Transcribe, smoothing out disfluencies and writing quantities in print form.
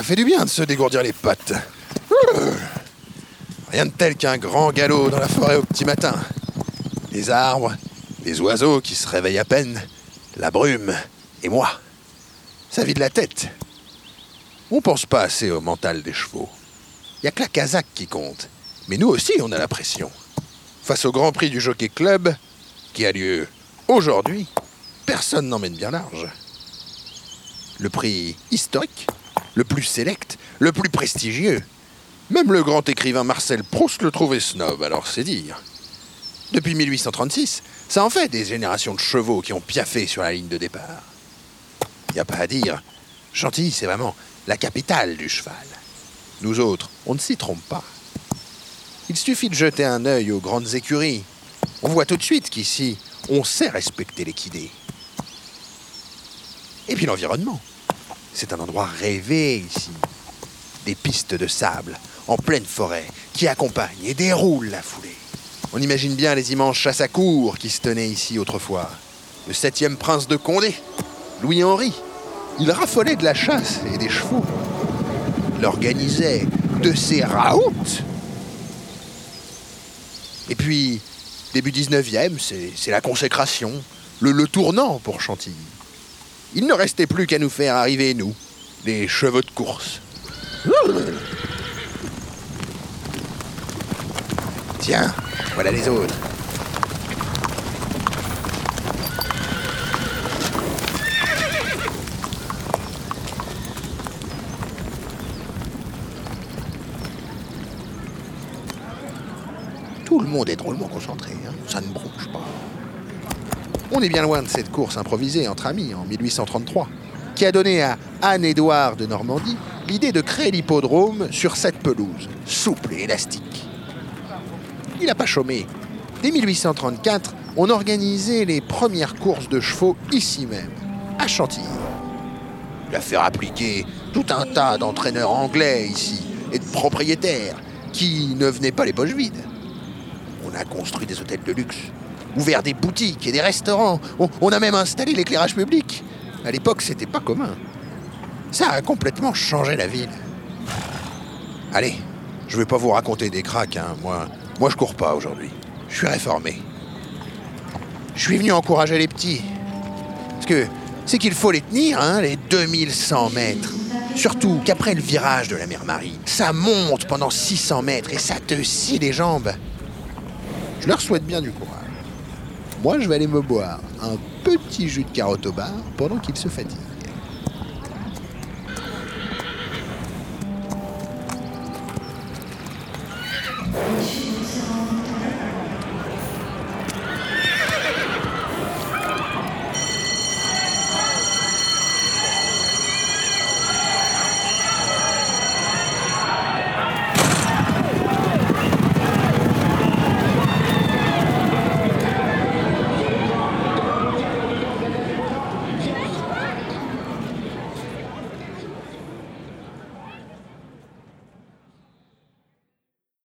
Ça fait du bien de se dégourdir les pattes. Rien de tel qu'un grand galop dans la forêt au petit matin. Les arbres, les oiseaux qui se réveillent à peine, la brume et moi. Ça vide la tête. On pense pas assez au mental des chevaux. Y a que la casaque qui compte. Mais nous aussi, on a la pression. Face au Grand Prix du Jockey Club, qui a lieu aujourd'hui, personne n'emmène bien large. Le prix historique, le plus sélect, le plus prestigieux. Même le grand écrivain Marcel Proust le trouvait snob, alors c'est dire. Depuis 1836, ça en fait des générations de chevaux qui ont piaffé sur la ligne de départ. Y a pas à dire, Chantilly, c'est vraiment la capitale du cheval. Nous autres, on ne s'y trompe pas. Il suffit de jeter un œil aux grandes écuries. On voit tout de suite qu'ici, on sait respecter l'équidé. Et puis l'environnement. C'est un endroit rêvé ici. Des pistes de sable en pleine forêt qui accompagnent et déroulent la foulée. On imagine bien les immenses chasses à courre qui se tenaient ici autrefois. Le 7e prince de Condé, Louis-Henri, il raffolait de la chasse et des chevaux. Il organisait de ces raouts. Et puis, début 19e, c'est la consécration, le tournant pour Chantilly. Il ne restait plus qu'à nous faire arriver, nous, les chevaux de course. Tiens, voilà les autres. Tout le monde est drôlement concentré, hein. Ça ne bronche pas. On est bien loin de cette course improvisée entre amis en 1833, qui a donné à Anne-Édouard de Normandie l'idée de créer l'hippodrome sur cette pelouse, souple et élastique. Il n'a pas chômé. Dès 1834, on organisait les premières courses de chevaux ici même, à Chantilly. Il a fait appliquer tout un tas d'entraîneurs anglais ici et de propriétaires qui ne venaient pas les poches vides. On a construit des hôtels de luxe, ouvert des boutiques et des restaurants. On a même installé l'éclairage public. À l'époque, c'était pas commun. Ça a complètement changé la ville. Allez, je vais pas vous raconter des cracks, hein. Moi, je cours pas aujourd'hui. Je suis réformé. Je suis venu encourager les petits. Parce que c'est qu'il faut les tenir, hein, les 2100 mètres. Surtout qu'après le virage de la mer Marie, ça monte pendant 600 mètres et ça te scie les jambes. Je leur souhaite bien du courage. Moi, je vais aller me boire un petit jus de carotte au bar pendant qu'ils se fatiguent.